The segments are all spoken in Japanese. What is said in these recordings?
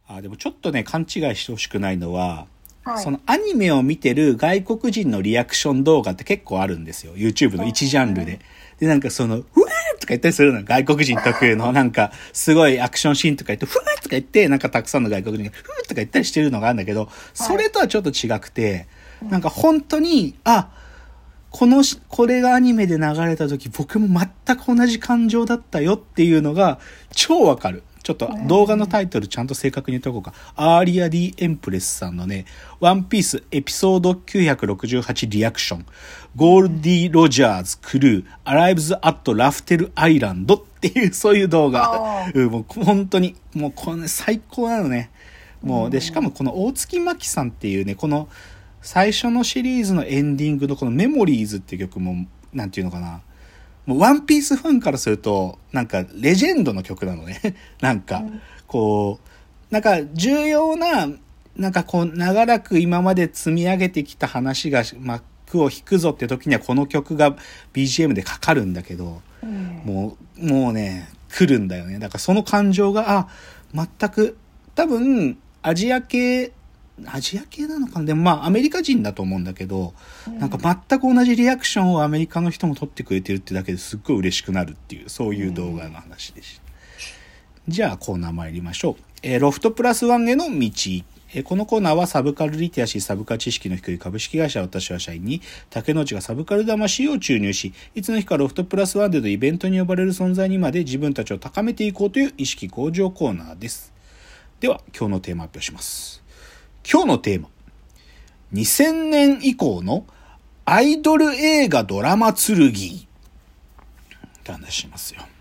でもちょっとね、勘違いしてほしくないのは、 はい、 そのアニメを見てる外国人のリアクション動画って結構あるんですよ。YouTube の一ジャンルで。で、なんかその、うわーとか言ったりするの。外国人特有のなんか、すごいアクションシーンとか言って、ふわーとか言って、なんかたくさんの外国人が、ふーとか言ったりしてるのがあるんだけど、それとはちょっと違くて、なんか本当に、これがアニメで流れた時、僕も全く同じ感情だったよっていうのが、超わかる。ちょっと動画のタイトルちゃんと正確に言っておこうか。アーリア・ディ・エンプレスさんのね、ワンピースエピソード968リアクション、ゴールディ・ロジャーズ・クルー、アライブズ・アット・ラフテル・アイランドっていう、そういう動画。もう本当に、もうこれ、ね、最高なのね。もう、で、しかもこの大月真紀さんっていうね、この最初のシリーズのエンディングのこのメモリーズっていう曲も、なんていうのかな。もうワンピースファンからすると、なんかレジェンドの曲なのね。なんか、こう、なんか重要な、なんかこう長らく今まで積み上げてきた話が幕を引くぞって時にはこの曲が BGM でかかるんだけど、もうね、来るんだよね。だからその感情が、全く、多分、アジア系なのかな。でもアメリカ人だと思うんだけど、なんか全く同じリアクションをアメリカの人も撮ってくれてるってだけですっごい嬉しくなるっていう、そういう動画の話でした。じゃあコーナー参りましょう。ロフトプラスワンへの道。このコーナーはサブカルリテラシー、サブカル知識の低い株式会社私は社員に竹之内がサブカル魂を注入し、いつの日かロフトプラスワンでのイベントに呼ばれる存在にまで自分たちを高めていこうという意識向上コーナーです。では今日のテーマ発表します。今日のテーマ、2000年以降のアイドル映画ドラマ剣って話しますよ。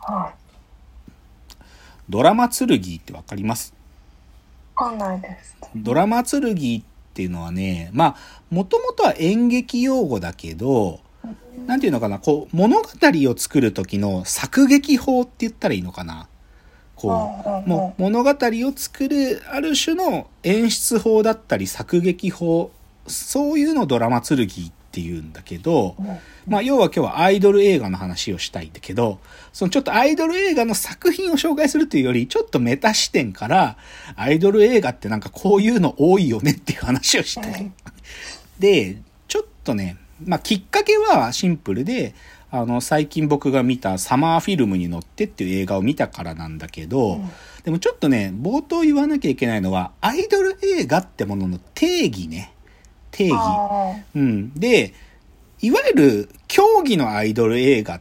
ドラマ剣ってわかります？ わかんないです。 ドラマ剣っていうのはね、もともとは演劇用語だけど、なんていうのかな、こう物語を作る時の作劇法って言ったらいいのかな。もう物語を作るある種の演出法だったり作劇法、そういうのをドラマ剣っていうんだけど、要は今日はアイドル映画の話をしたいんだけど、そのちょっとアイドル映画の作品を紹介するというより、ちょっとメタ視点からアイドル映画ってなんかこういうの多いよねっていう話をしたい。で、ちょっとね、きっかけはシンプルで、最近僕が見たサマーフィルムに乗ってっていう映画を見たからなんだけど、でもちょっとね、冒頭言わなきゃいけないのは、アイドル映画ってものの定義ね。定義。で、いわゆる競技のアイドル映画って、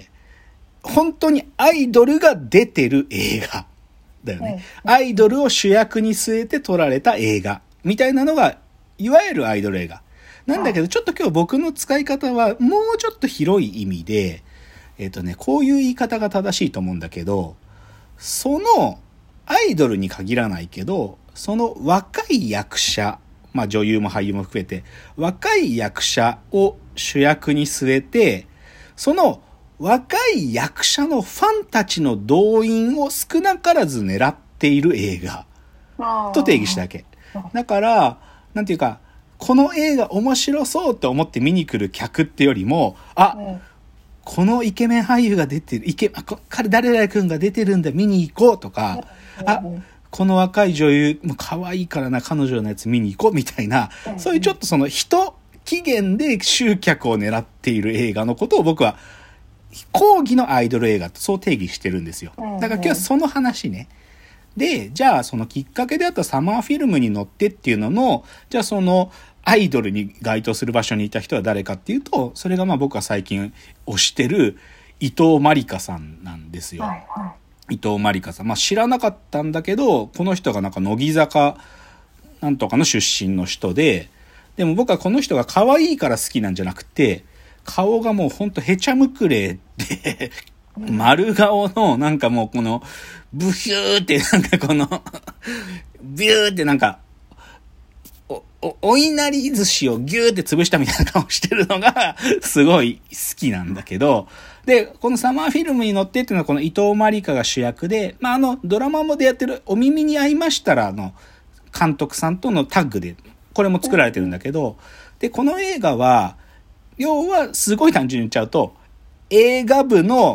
本当にアイドルが出てる映画だよね。アイドルを主役に据えて撮られた映画みたいなのが、いわゆるアイドル映画。なんだけど、ちょっと今日僕の使い方はもうちょっと広い意味で、こういう言い方が正しいと思うんだけど、そのアイドルに限らないけど、その若い役者、女優も俳優も含めて、若い役者を主役に据えて、その若い役者のファンたちの動員を少なからず狙っている映画と定義したわけ。だから、なんていうか、この映画面白そうって思って見に来る客ってよりも、このイケメン俳優が出てる、彼誰々君が出てるんだ見に行こうとか、この若い女優も可愛いからな、彼女のやつ見に行こうみたいな、そういうちょっとその一起源で集客を狙っている映画のことを僕は講義のアイドル映画とそう定義してるんですよ。だから今日はその話ね。で、じゃあそのきっかけであったサマーフィルムに乗ってっていうのの、じゃあそのアイドルに該当する場所にいた人は誰かっていうと、それが僕が最近推してる伊藤まりかさんなんですよ。伊藤まりかさん。知らなかったんだけど、この人がなんか乃木坂なんとかの出身の人で、でも僕はこの人が可愛いから好きなんじゃなくて、顔がもうほんとへちゃむくれで、丸顔のなんかもうこの、ブヒューってなんかこの、ビューってなんか、お稲荷寿司をギューって潰したみたいな顔してるのがすごい好きなんだけど、で、このサマーフィルムに乗ってっていうのはこの伊藤まりかが主役で、ドラマもでやってるお耳に合いましたら監督さんとのタッグで、これも作られてるんだけど、で、この映画は、要はすごい単純に言っちゃうと、映画部の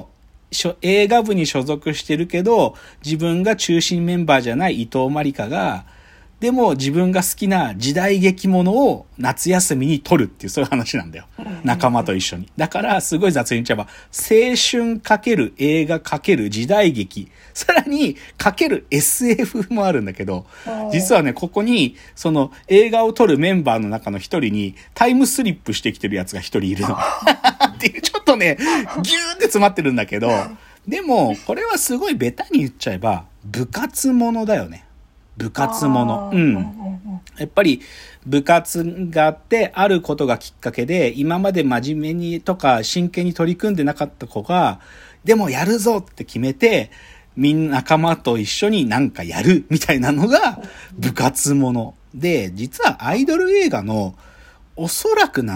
映画部に所属してるけど、自分が中心メンバーじゃない伊藤まりかが、でも自分が好きな時代劇ものを夏休みに撮るっていう、そういう話なんだよ。仲間と一緒に。だから、すごい雑に言っちゃえば、青春×映画×時代劇、さらに×SF もあるんだけど、実はね、ここに、その映画を撮るメンバーの中の一人に、タイムスリップしてきてるやつが一人いるの。っていう、ちょっとね、ギューって詰まってるんだけど、でも、これはすごいベタに言っちゃえば、部活ものだよね。部活もの。うん。やっぱり部活があってあることがきっかけで今まで真面目にとか真剣に取り組んでなかった子がでもやるぞって決めてみんな仲間と一緒になんかやるみたいなのが部活もので、実はアイドル映画のおそらく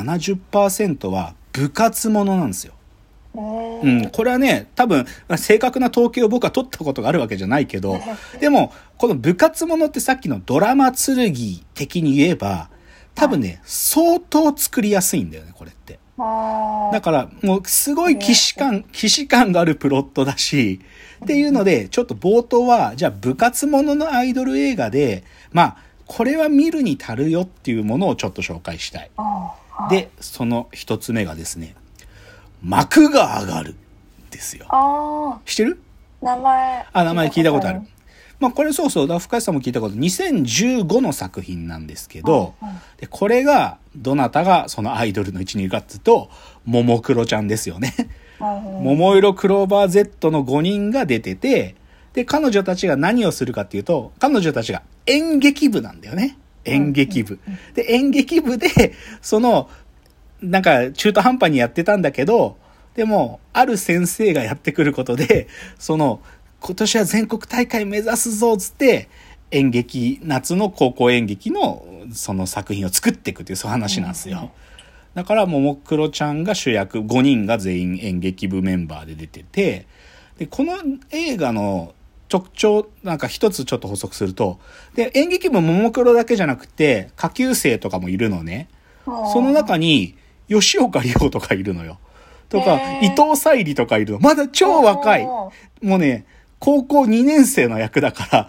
70% は部活ものなんですよ。うん、これはね、多分、正確な統計を僕は取ったことがあるわけじゃないけど、でも、この部活ものってさっきのドラマ剣的に言えば、多分ね、相当作りやすいんだよね、これって。だから、もうすごい既視感があるプロットだし、っていうので、ちょっと冒頭は、じゃあ部活もののアイドル映画で、まあ、これは見るに足るよっていうものをちょっと紹介したい。で、その一つ目がですね、幕が上がるですよ。知ってる？名前聞いたことある。まあこれそうそう、深谷さんも聞いたこと、2015の作品なんですけど、でこれがどなたがそのアイドルの位置にいるかっていうと、ももクロちゃんですよね。桃色クローバー Z の5人が出てて、で彼女たちが何をするかっていうと、彼女たちが演劇部なんだよね。演劇部。で演劇部でそのなんか中途半端にやってたんだけど、でもある先生がやってくることで、その今年は全国大会目指すぞつって演劇、夏の高校演劇のその作品を作っていくっていうそういう話なんですよ。だからももクロちゃんが主役、5人が全員演劇部メンバーで出てて、でこの映画の特徴なんか一つちょっと補足すると、で演劇部ももクロだけじゃなくて下級生とかもいるのね。その中に吉岡里帆とかいるのよ。とか、伊藤沙莉とかいるの。まだ超若い。もうね、高校2年生の役だから。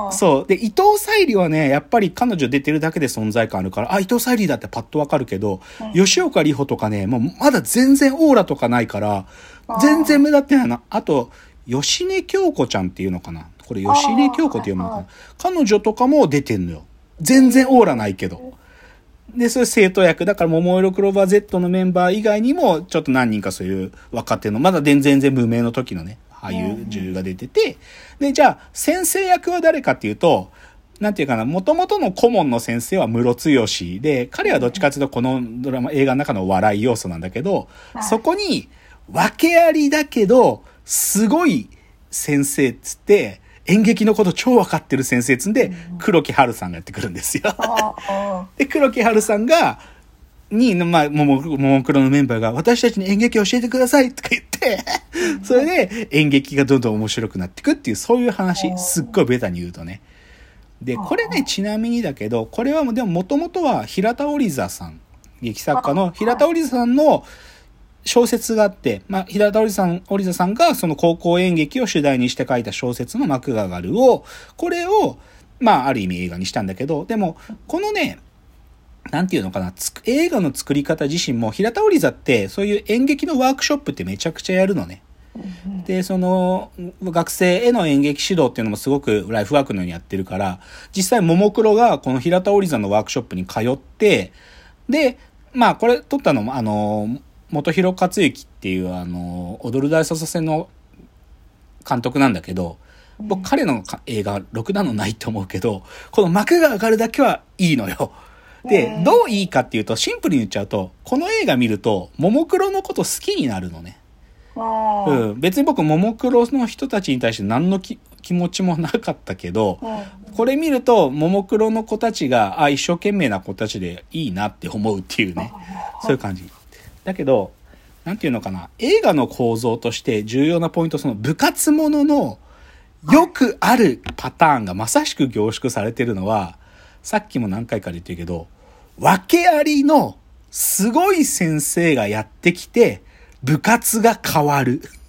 そう。で、伊藤沙莉はね、やっぱり彼女出てるだけで存在感あるから、あ、伊藤沙莉だってパッとわかるけど、吉岡里帆とかね、もうまだ全然オーラとかないから、全然目立ってないな。あと、芳根京子ちゃんっていうのかな。これ芳根京子っていうのかな。彼女とかも出てんのよ。全然オーラないけど。で、それ生徒役。だから、桃色クローバー Z のメンバー以外にも、ちょっと何人かそういう若手の、まだ全然無名の時のね、俳優が出てて、で、じゃあ、先生役は誰かっていうと、なんていうかな、元々の顧問の先生はムロツヨシで、彼はどっちかというとこのドラマ、映画の中の笑い要素なんだけど、そこに、訳ありだけど、すごい先生っつって、演劇のこと超分かってる先生つんで、黒木華さんがやってくるんですよ。で、黒木華さんが、まあ、ももクロのメンバーが、私たちに演劇を教えてくださいとか言って、それで演劇がどんどん面白くなっていくっていう、そういう話、すっごいベタに言うとね。で、これね、ちなみにだけど、これはでも元々は平田織座さん、劇作家の平田織座さんの小説があって、まあ、平田織座さんがその高校演劇を主題にして書いた小説の幕が上がるを、これを、まあ、ある意味映画にしたんだけど、でも、このね、なんていうのかな、映画の作り方自身も、平田織座って、そういう演劇のワークショップってめちゃくちゃやるのね。で、その、学生への演劇指導っていうのもすごくライフワークのようにやってるから、実際、ももクロがこの平田織座のワークショップに通って、で、まあ、これ撮ったのも、本広克行っていう踊る大捜査線の監督なんだけど、僕彼の映画ろくなのないと思うけど、この幕が上がるだけはいいのよ。で、どういいかっていうと、シンプルに言っちゃうと、この映画見るとももクロのこと好きになるのね。別に僕ももクロの人たちに対して何の気持ちもなかったけど、これ見るとももクロの子たちが一生懸命な子たちでいいなって思うっていうね、そういう感じ。だけど、なんていうのかな、映画の構造として重要なポイント、その部活もののよくあるパターンがまさしく凝縮されてるのは、さっきも何回か言ってるけど、訳ありのすごい先生がやってきて、部活が変わる。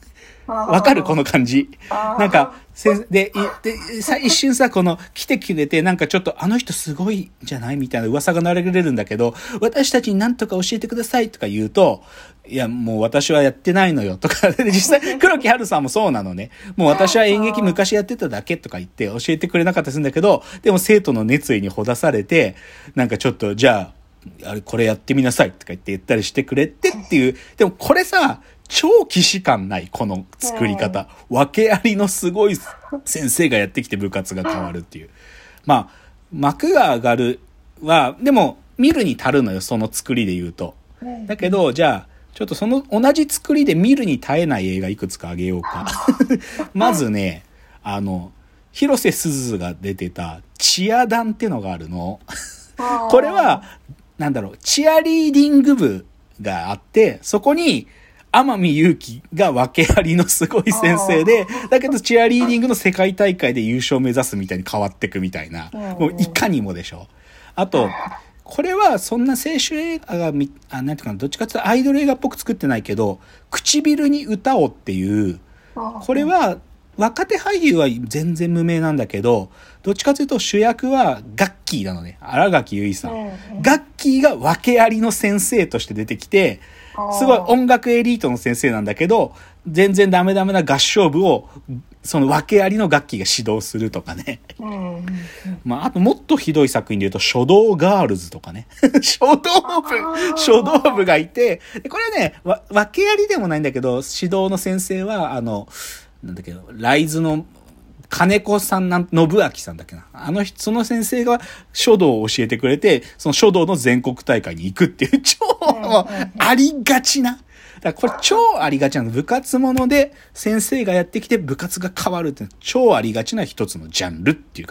わかるこの感じ。なんか、一瞬さ、この、来てくれて、なんかちょっと、あの人すごいんじゃないみたいな噂が流れるんだけど、私たちに何とか教えてくださいとか言うと、いや、もう私はやってないのよとか、実際、黒木華さんもそうなのね。もう私は演劇昔やってただけとか言って教えてくれなかったりするんだけど、でも生徒の熱意にほだされて、なんかちょっと、じゃあ、これやってみなさいとか言ったりしてくれてっていう、でもこれさ、超既視感ない、この作り方。訳ありのすごい先生がやってきて部活が変わるっていう。まあ、幕が上がるは、でも見るに足るのよ、その作りで言うと。だけど、じゃあ、ちょっとその同じ作りで見るに耐えない映画いくつかあげようか。まずね、広瀬すずが出てたチア団ってのがあるの。これは、なんだろう、チアリーディング部があって、そこに、天海祐希が訳ありのすごい先生で、だけどチアリーディングの世界大会で優勝目指すみたいに変わってくみたいな。もういかにもでしょ。あと、これはそんな青春映画がなんていうかな、どっちかっていうとアイドル映画っぽく作ってないけど、唇に歌をっていう、これは若手俳優は全然無名なんだけど、どっちかというと主役はガッキーなのね。新垣結衣さん。ガッキーが訳ありの先生として出てきて、すごい音楽エリートの先生なんだけど、全然ダメダメな合唱部を、その訳ありの楽器が指導するとかね。まあ、あともっとひどい作品で言うと、書道ガールズとかね。書道部がいて、これね、訳ありでもないんだけど、指導の先生は、なんだっけど、ライズの、金子さん信明さんだっけな。その先生が書道を教えてくれて、その書道の全国大会に行くっていう超ありがちな。だからこれ超ありがちなの。部活もので先生がやってきて部活が変わるって超ありがちな一つのジャンルっていう